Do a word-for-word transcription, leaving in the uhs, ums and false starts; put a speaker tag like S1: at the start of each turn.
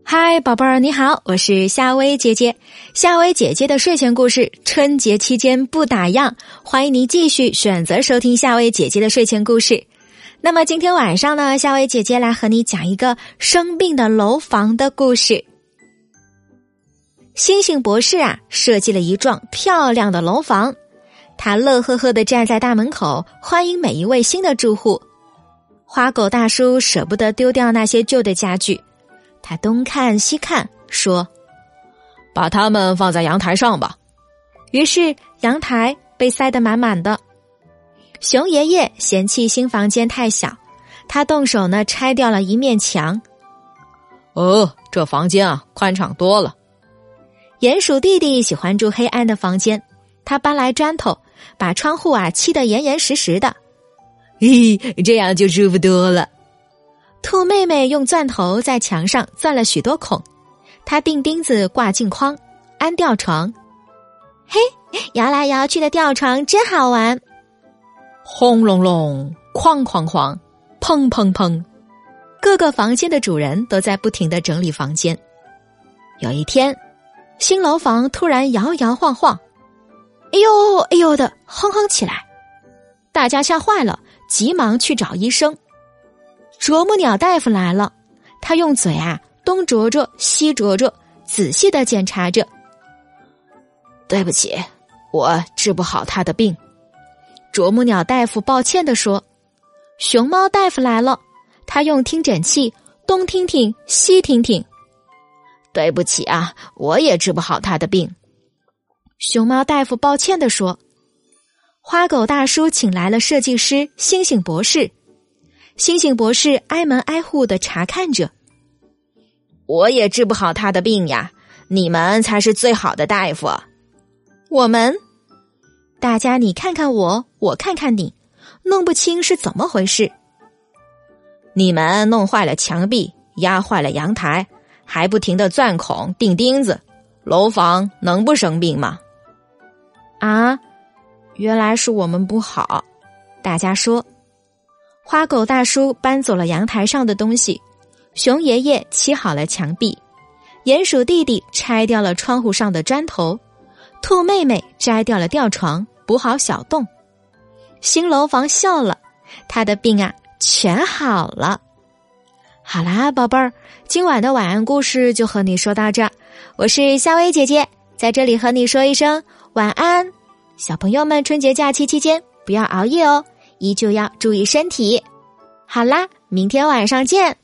S1: 嗨，宝贝儿，你好，我是夏薇姐姐。夏薇姐姐的睡前故事，春节期间不打烊，欢迎你继续选择收听夏薇姐姐的睡前故事。那么今天晚上呢，夏薇姐姐来和你讲一个生病的楼房的故事。星星博士啊，设计了一幢漂亮的楼房，他乐呵呵地站在大门口，欢迎每一位新的住户。花狗大叔舍不得丢掉那些旧的家具，他东看西看，说：“
S2: 把它们放在阳台上吧。”
S1: 于是阳台被塞得满满的。熊爷爷嫌弃新房间太小，他动手呢拆掉了一面墙。
S2: 哦，这房间啊宽敞多了。
S1: 鼹鼠弟弟喜欢住黑暗的房间，他搬来砖头，把窗户啊砌得严严实实的。
S2: 嘿，这样就舒服多了。
S1: 兔妹妹用钻头在墙上钻了许多孔，她钉钉子挂镜框，安吊床。嘿，摇来摇去的吊床真好玩。
S2: 轰隆隆，哐哐哐，砰砰砰，
S1: 各个房间的主人都在不停地整理房间。有一天，新楼房突然摇摇晃晃，哎呦哎呦的哼哼起来，大家吓坏了，急忙去找医生。啄木鸟大夫来了，他用嘴啊东啄啄西啄啄，仔细地检查着。
S2: 对不起，我治不好他的病。
S1: 啄木鸟大夫抱歉地说。熊猫大夫来了，他用听诊器东听听西听听。
S2: 对不起啊，我也治不好他的病。
S1: 熊猫大夫抱歉地说。花狗大叔请来了设计师星星博士，星星博士挨门挨户地查看着。
S2: 我也治不好他的病呀，你们才是最好的大夫。
S1: 我们？大家你看看我，我看看你，弄不清是怎么回事。
S2: 你们弄坏了墙壁，压坏了阳台，还不停地钻孔钉钉子，楼房能不生病吗？
S1: 啊，原来是我们不好。大家说。花狗大叔搬走了阳台上的东西，熊爷爷漆好了墙壁，鼹鼠弟弟拆掉了窗户上的砖头，兔妹妹摘掉了吊床，补好小洞。新楼房笑了，他的病啊全好了。好啦，宝贝儿，今晚的晚安故事就和你说到这儿。我是夏薇姐姐，在这里和你说一声晚安。小朋友们春节假期期间不要熬夜哦，依旧要注意身体。好啦，明天晚上见。